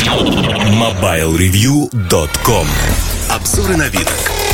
MobileReview.com. Обзоры новинок.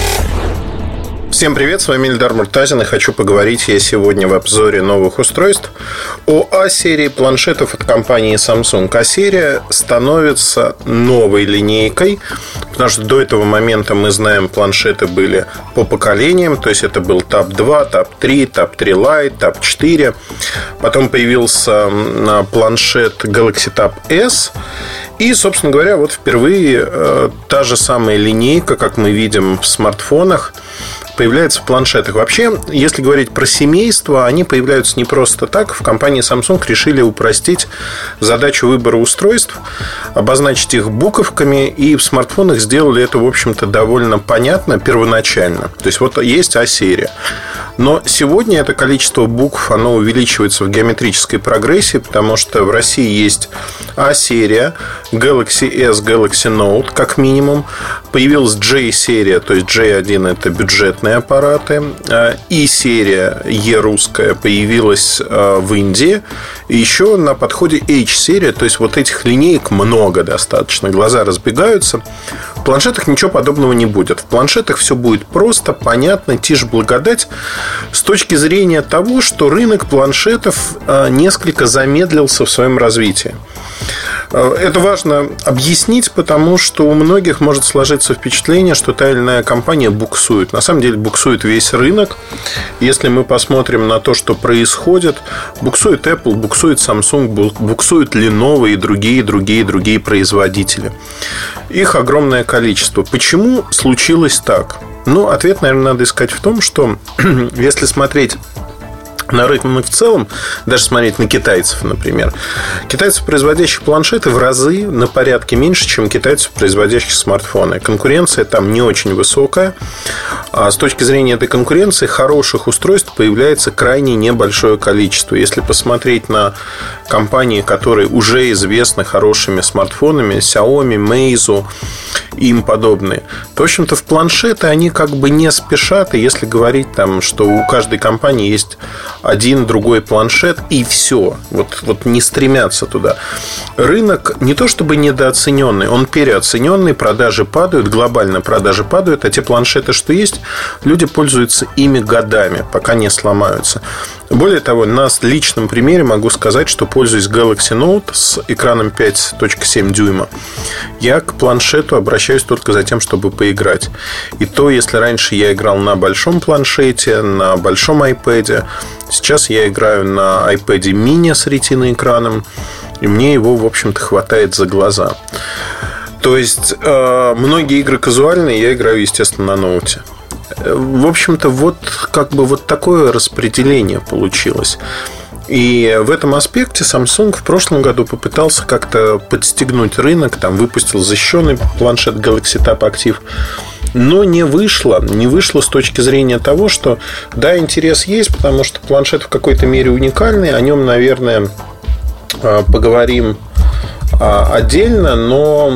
Всем привет, с вами Ильдар Муртазин, и хочу поговорить я сегодня в обзоре новых устройств о А-серии планшетов от компании Samsung. А-серия становится новой линейкой, потому что до этого момента, мы знаем, планшеты были по поколениям, то есть это был Tab 2, Tab 3, Tab 3 Lite, Tab 4. Потом появился планшет Galaxy Tab S. И, собственно говоря, вот впервые та же самая линейка, как мы видим в смартфонах, появляется в планшетах. Вообще, если говорить про семейство, они появляются не просто так. В компании Samsung решили упростить задачу выбора устройств, обозначить их буковками, и в смартфонах сделали это, в общем-то, довольно понятно первоначально. То есть, вот есть А-серия. Но сегодня это количество букв, оно увеличивается в геометрической прогрессии, потому что в России есть А-серия, Galaxy S, Galaxy Note, как минимум. Появилась J-серия, то есть J1 – это бюджетные аппараты. И-серия, E-русская, появилась в Индии. И еще на подходе H-серия, то есть вот этих линеек много достаточно, глаза разбегаются. В планшетах ничего подобного не будет. В планшетах все будет просто, понятно, тишь благодать, с точки зрения того, что рынок планшетов несколько замедлился в своем развитии. Это важно объяснить, потому что у многих может сложиться впечатление, что та или иная компания буксует. На самом деле буксует весь рынок. Если мы посмотрим на то, что происходит, буксует Apple, буксует Samsung, буксуют Lenovo и другие производители. Их огромное количество. Почему случилось так? Ну, ответ, наверное, надо искать в том, что если смотреть на рынок в целом, даже смотреть на китайцев, например. Китайцев, производящих планшеты, в разы на порядке меньше, чем китайцев, производящих смартфоны. Конкуренция там не очень высокая. А с точки зрения этой конкуренции, хороших устройств появляется крайне небольшое количество. Если посмотреть на компании, которые уже известны хорошими смартфонами, Xiaomi, Meizu и им подобные, то, в общем-то, в планшеты они как бы не спешат. И если говорить там, что у каждой компании есть один, другой планшет, и все. Вот не стремятся туда. Рынок не то чтобы недооцененный, он переоцененный, продажи падают, глобально продажи падают, а те планшеты, что есть, люди пользуются ими годами, пока не сломаются. Более того, на личном примере могу сказать, что, пользуясь Galaxy Note с экраном 5.7 дюйма, я к планшету обращаюсь только за тем, чтобы поиграть. И то, если раньше я играл на большом планшете, на большом iPad, сейчас я играю на iPad mini с ретиноэкраном, и мне его, в общем-то, хватает за глаза. То есть, многие игры казуальные я играю, естественно, на ноуте. В общем-то, вот такое распределение получилось. И в этом аспекте Samsung в прошлом году попытался как-то подстегнуть рынок, там выпустил защищенный планшет Galaxy Tab Active. Но не вышло с точки зрения того, что да, интерес есть, потому что планшет в какой-то мере уникальный. О нем, наверное, поговорим отдельно. Но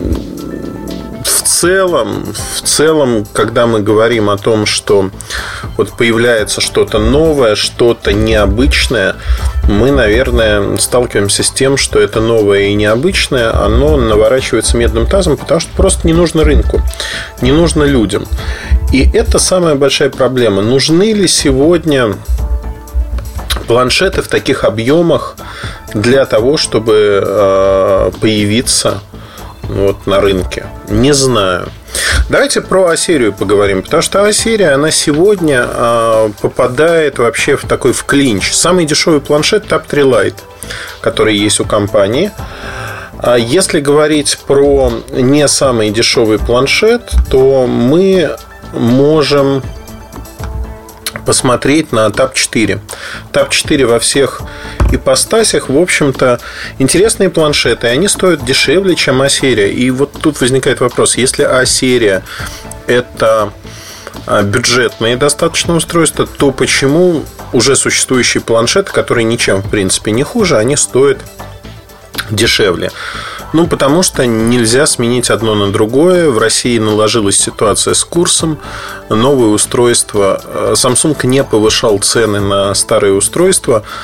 в целом, когда мы говорим о том, что вот появляется что-то новое, что-то необычное, мы, наверное, сталкиваемся с тем, что это новое и необычное, оно наворачивается медным тазом, потому что просто не нужно рынку, не нужно людям. И это самая большая проблема. Нужны ли сегодня планшеты в таких объемах для того, чтобы появиться на рынке? Не знаю. Давайте про А-серию поговорим, потому что А-серия, она сегодня попадает вообще в клинч. Самый дешевый планшет Tab 3 Lite, который есть у компании. Если говорить про не самый дешевый планшет, то мы можем посмотреть на Tab 4. Tab 4 во всех ипостасях, в общем-то, интересные планшеты. Они стоят дешевле, чем А-серия. И вот тут возникает вопрос: если А-серия – это бюджетные достаточно устройства, то почему уже существующие планшеты, которые ничем в принципе не хуже, они стоят дешевле? Ну, потому что нельзя сменить одно на другое. В России наложилась ситуация с курсом. Новые устройства. Samsung не повышал цены на старые устройства.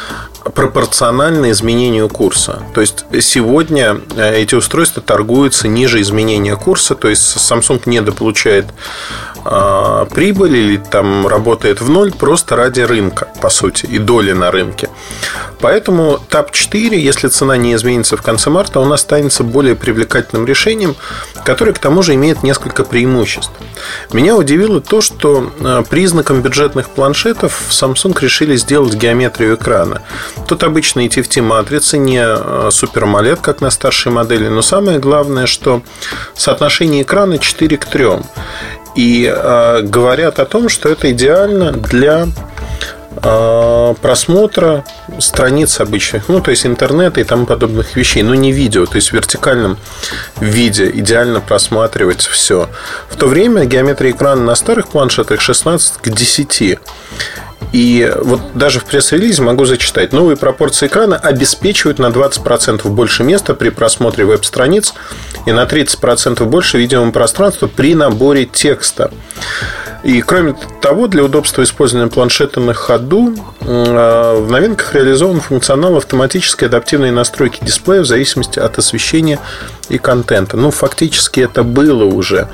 пропорционально изменению курса. То есть сегодня эти устройства торгуются ниже изменения курса. То есть Samsung недополучает прибыль или там работает в ноль просто ради рынка, по сути, и доли на рынке. Поэтому Tab 4, если цена не изменится в конце марта, он останется более привлекательным решением, которое к тому же имеет несколько преимуществ. Меня удивило то, что признаком бюджетных планшетов Samsung решили сделать геометрию экрана. Тут обычные TFT-матрицы, не Super AMOLED, как на старшей модели. Но самое главное, что соотношение экрана 4 к 3. И говорят о том, что это идеально для просмотра страниц обычных, то есть интернета и тому подобных вещей, но не видео, то есть в вертикальном виде идеально просматривать все. В то время геометрия экрана на старых планшетах 16 к 10. И вот даже в пресс-релизе могу зачитать: новые пропорции экрана обеспечивают на 20% больше места при просмотре веб-страниц и на 30% больше видимого пространства при наборе текста. И кроме того, для удобства использования планшета на ходу в новинках реализован функционал автоматической адаптивной настройки дисплея в зависимости от освещения и контента. Фактически это было уже.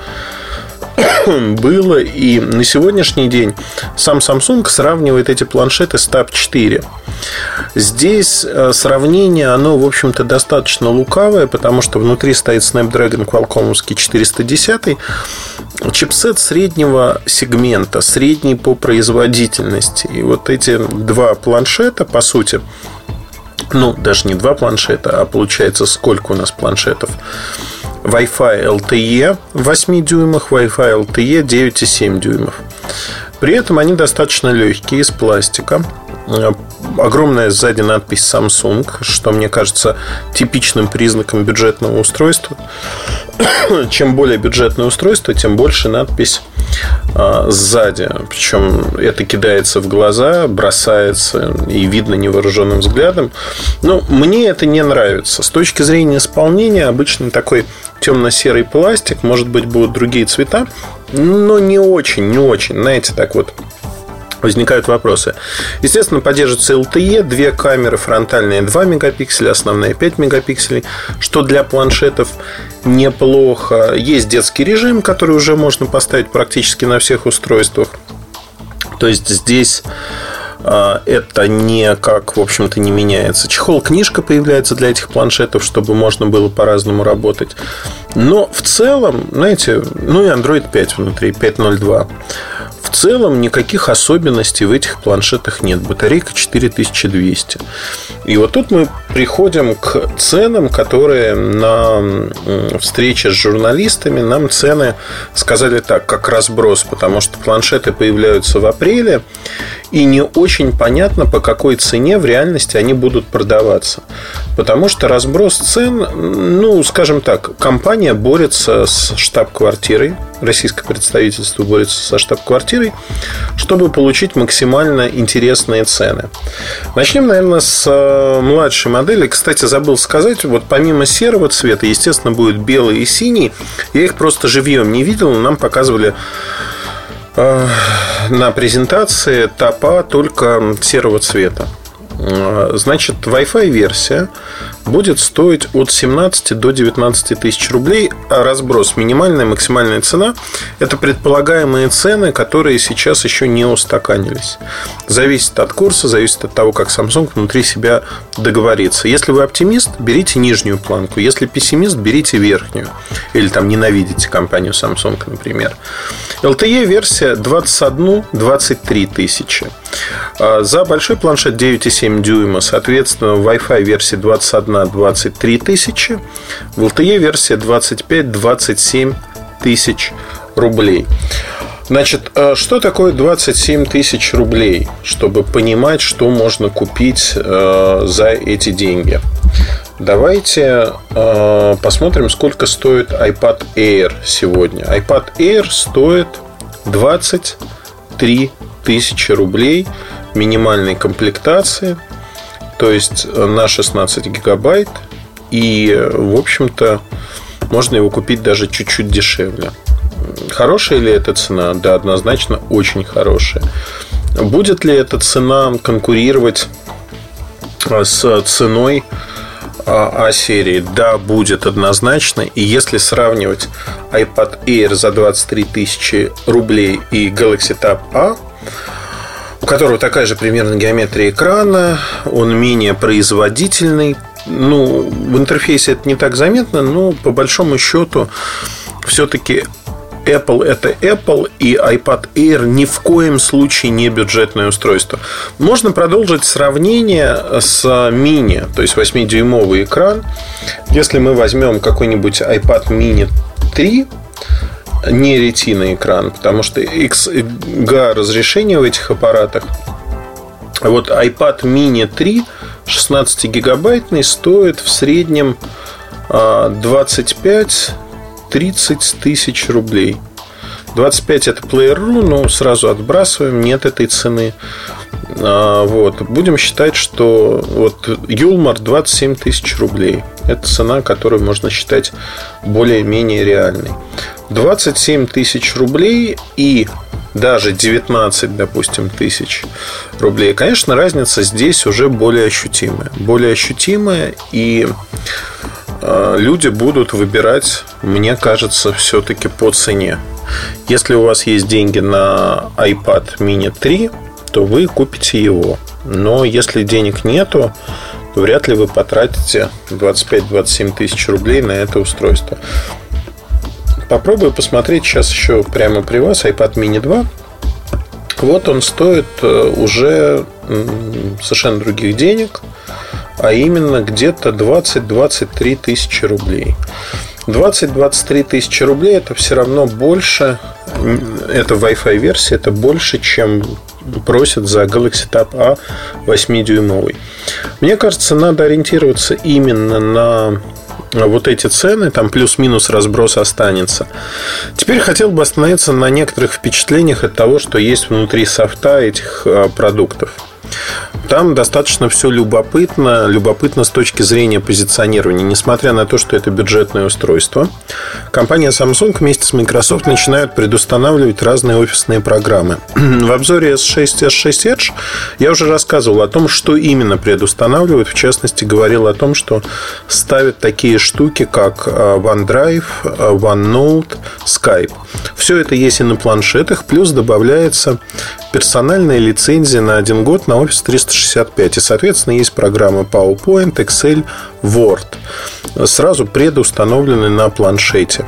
И на сегодняшний день сам Samsung сравнивает эти планшеты с Tab 4. Здесь сравнение, оно, в общем-то, достаточно лукавое, потому что внутри стоит Snapdragon Qualcomm'ский 410, чипсет среднего сегмента, средний по производительности. И вот эти два планшета, по сути, даже не два планшета, а получается сколько у нас планшетов? Wi-Fi LTE в 8 дюймах, Wi-Fi LTE 9,7 дюймов. При этом они достаточно легкие, из пластика. Огромная сзади надпись Samsung, что мне кажется типичным признаком бюджетного устройства. Чем более бюджетное устройство, тем больше надпись сзади. Причем это кидается в глаза, бросается и видно невооруженным взглядом. Но мне это не нравится. С точки зрения исполнения, обычный такой темно-серый пластик, может быть, будут другие цвета, но не очень. Знаете, так вот возникают вопросы. Естественно, поддерживается LTE, две камеры, фронтальные 2 мегапикселя, основная 5 мегапикселей, что для планшетов неплохо. Есть детский режим, который уже можно поставить практически на всех устройствах. То есть здесь это никак, в общем-то, не меняется. Чехол-книжка появляется для этих планшетов, чтобы можно было по-разному работать. Но в целом, знаете, и Android 5 внутри, 5.02. В целом никаких особенностей в этих планшетах нет. Батарейка 4200. И вот тут мы приходим к ценам, которые на встрече с журналистами нам цены сказали так, как разброс, потому что планшеты появляются в апреле, и не очень понятно, по какой цене в реальности они будут продаваться. Потому что разброс цен, скажем так, компания борется с штаб-квартирой, российское представительство борется со штаб-квартирой, чтобы получить максимально интересные цены. Начнем, наверное, с младшей модели. Кстати, забыл сказать, вот помимо серого цвета, естественно, будет белый и синий. Я их просто живьем не видел, но нам показывали на презентации топа только серого цвета. Значит, Wi-Fi версия будет стоить от 17 до 19 тысяч рублей. А разброс, минимальная, максимальная цена — это предполагаемые цены, которые сейчас еще не устаканились. Зависит от курса, зависит от того, как Samsung внутри себя договорится. Если вы оптимист, берите нижнюю планку. Если пессимист, берите верхнюю. Или там ненавидите компанию Samsung, например. LTE версия 21-23 тысячи. За большой планшет 9,7 дюйма, соответственно, Wi-Fi версии 21-23 тысячи, в LTE версия 25-27 тысяч рублей. Значит, что такое 27 тысяч рублей, чтобы понимать, что можно купить за эти деньги? Давайте посмотрим, сколько стоит iPad Air сегодня. iPad Air стоит 23 тысячи рублей минимальной комплектации, то есть на 16 гигабайт. И, в общем-то, можно его купить даже чуть-чуть дешевле. Хорошая ли эта цена? Да, однозначно очень хорошая. Будет ли эта цена конкурировать с ценой А-серии, да, будет однозначно. И если сравнивать iPad Air за 23 тысячи рублей и Galaxy Tab A, у которого такая же примерно геометрия экрана, он менее производительный. Ну, в интерфейсе это не так заметно, но по большому счету все-таки Apple – это Apple, и iPad Air ни в коем случае не бюджетное устройство. Можно продолжить сравнение с mini, то есть 8-дюймовый экран. Если мы возьмем какой-нибудь iPad mini 3, не ретина экран, потому что XGA разрешение в этих аппаратах. Вот iPad mini 3 16-гигабайтный стоит в среднем 25-30 тысяч рублей. 25 это Player.ru, но сразу отбрасываем, нет этой цены. Вот. Будем считать, что вот Юлмар 27 тысяч рублей. Это цена, которую можно считать более-менее реальной. 27 тысяч рублей и даже 19, допустим, тысяч рублей. Конечно, разница здесь уже более ощутимая. Более ощутимая, и люди будут выбирать, мне кажется, все-таки по цене. Если у вас есть деньги на iPad mini 3, то вы купите его. Но если денег нету, то вряд ли вы потратите 25-27 тысяч рублей на это устройство. Попробую посмотреть сейчас еще прямо при вас iPad mini 2. Вот он стоит уже совершенно других денег, а именно где-то 20-23 тысячи рублей. 20-23 тысячи рублей – это все равно больше, это Wi-Fi версия, это больше, чем просят за Galaxy Tab A 8-дюймовый. Мне кажется, надо ориентироваться именно на вот эти цены, там плюс-минус разброс останется. Теперь хотел бы остановиться на некоторых впечатлениях от того, что есть внутри софта этих продуктов. Там достаточно все любопытно с точки зрения позиционирования. Несмотря на то, что это бюджетное устройство, компания Samsung вместе с Microsoft начинают предустанавливать разные офисные программы. В обзоре S6 Edge я уже рассказывал о том, что именно предустанавливают. В частности, говорил о том, что ставят такие штуки, как OneDrive, OneNote, Skype. Все это есть и на планшетах, плюс добавляется персональная лицензия на 1 год на Office 365. И, соответственно, есть программы PowerPoint, Excel, Word, сразу предустановлены на планшете.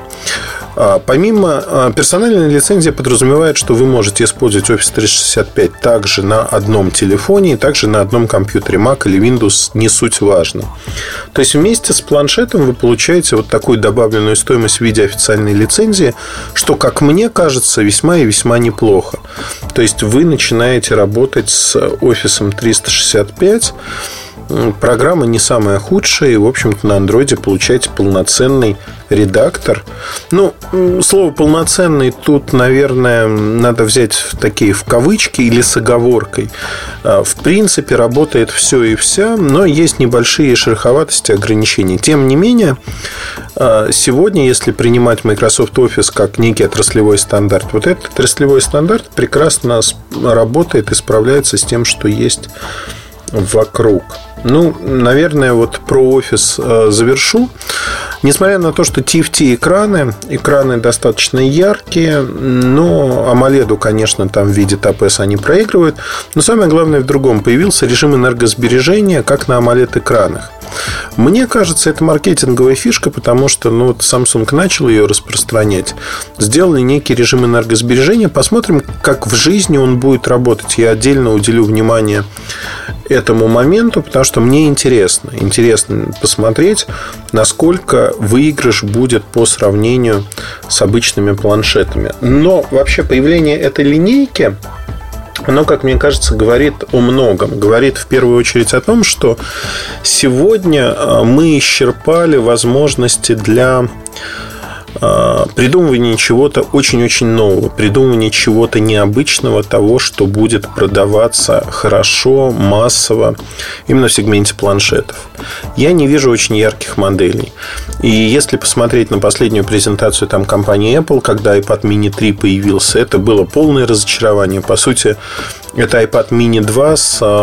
Помимо персональной лицензии подразумевает, что вы можете использовать Office 365 также на одном телефоне и также на одном компьютере, Mac или Windows, не суть важно. То есть вместе с планшетом вы получаете вот такую добавленную стоимость в виде официальной лицензии, что, как мне кажется, весьма и весьма неплохо. То есть вы начинаете работать с Office 365. Программа не самая худшая, и, в общем-то, на андроиде получаете полноценный редактор. Ну, слово «полноценный» тут, наверное, надо взять такие в кавычки или с оговоркой. В принципе, работает все и вся, но есть небольшие шероховатости, ограничения. Тем не менее, сегодня, если принимать Microsoft Office как некий отраслевой стандарт, вот этот отраслевой стандарт прекрасно работает и справляется с тем, что есть вокруг. Ну, наверное, вот про Office завершу. Несмотря на то, что TFT экраны достаточно яркие, но AMOLED, конечно, там в виде TAPS они проигрывают. Но самое главное в другом. Появился режим энергосбережения, как на AMOLED экранах. Мне кажется, это маркетинговая фишка, потому что вот Samsung начал ее распространять. Сделали некий режим энергосбережения. Посмотрим, как в жизни он будет работать. Я отдельно уделю внимание этому моменту, потому что мне интересно посмотреть, насколько выигрыш будет по сравнению с обычными планшетами. Но вообще появление этой линейки, оно, как мне кажется, говорит о многом. Говорит в первую очередь о том, что сегодня мы исчерпали возможности для придумывание чего-то очень-очень нового, придумывание чего-то необычного, того, что будет продаваться хорошо, массово, именно в сегменте планшетов. Я не вижу очень ярких моделей. И если посмотреть на последнюю презентацию там, компании Apple, когда iPad mini 3 появился, это было полное разочарование. По сути, это iPad mini 2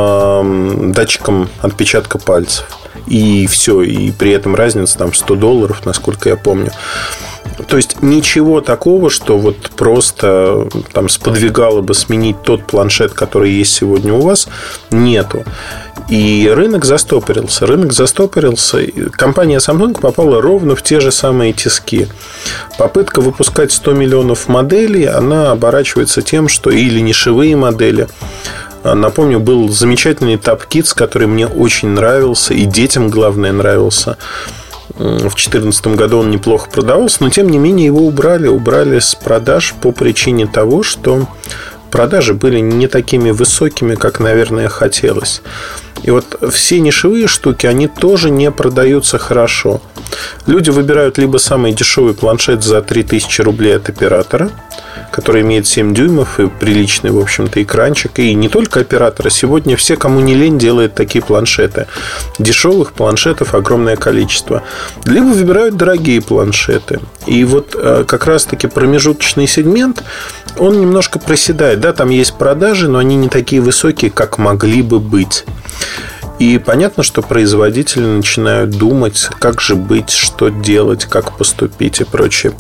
с датчиком отпечатка пальцев. И все, и при этом разница там $100, насколько я помню. То есть ничего такого, что вот просто там сподвигало бы сменить тот планшет, который есть сегодня у вас, нету. И рынок застопорился. Компания Samsung попала ровно в те же самые тиски. Попытка выпускать 100 миллионов моделей, она оборачивается тем, что или нишевые модели. Напомню, был замечательный Tab Kids, который мне очень нравился, и детям, главное, нравился. В 2014 году он неплохо продавался, но, тем не менее, его убрали с продаж по причине того, что продажи были не такими высокими, как, наверное, хотелось. И вот все нишевые штуки, они тоже не продаются хорошо. Люди выбирают либо самый дешевый планшет за 3000 рублей от оператора, который имеет 7 дюймов и приличный, в общем-то, экранчик. И не только операторы. Сегодня все, кому не лень, делают такие планшеты. Дешевых планшетов огромное количество. Либо выбирают дорогие планшеты. И вот как раз-таки промежуточный сегмент, он немножко проседает. Да, там есть продажи, но они не такие высокие, как могли бы быть. И понятно, что производители начинают думать, как же быть, что делать, как поступить и прочее.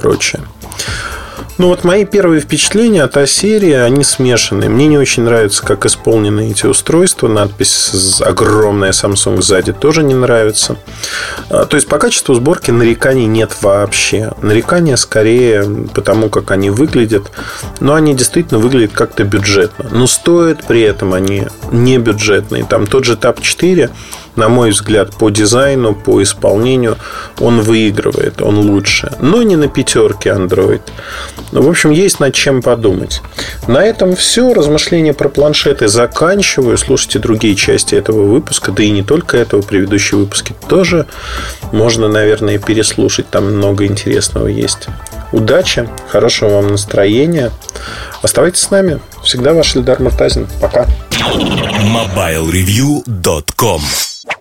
Ну вот мои первые впечатления от А-серии, они смешанные. Мне не очень нравится, как исполнены эти устройства. Надпись огромная Samsung сзади тоже не нравится. То есть по качеству сборки нареканий нет вообще. Нарекания скорее потому, как они выглядят. Но они действительно выглядят как-то бюджетно. Но стоят при этом они не бюджетные. Там тот же Tab 4, на мой взгляд, по дизайну, по исполнению он выигрывает, он лучше. Но не на пятерке Android. В общем, есть над чем подумать. На этом все. Размышления про планшеты заканчиваю. Слушайте другие части этого выпуска. Да и не только этого. Предыдущие выпуски тоже можно, наверное, переслушать. Там много интересного есть. Удачи, хорошего вам настроения. Оставайтесь с нами. Всегда ваш Ильдар Муртазин. Пока. MobileReview.com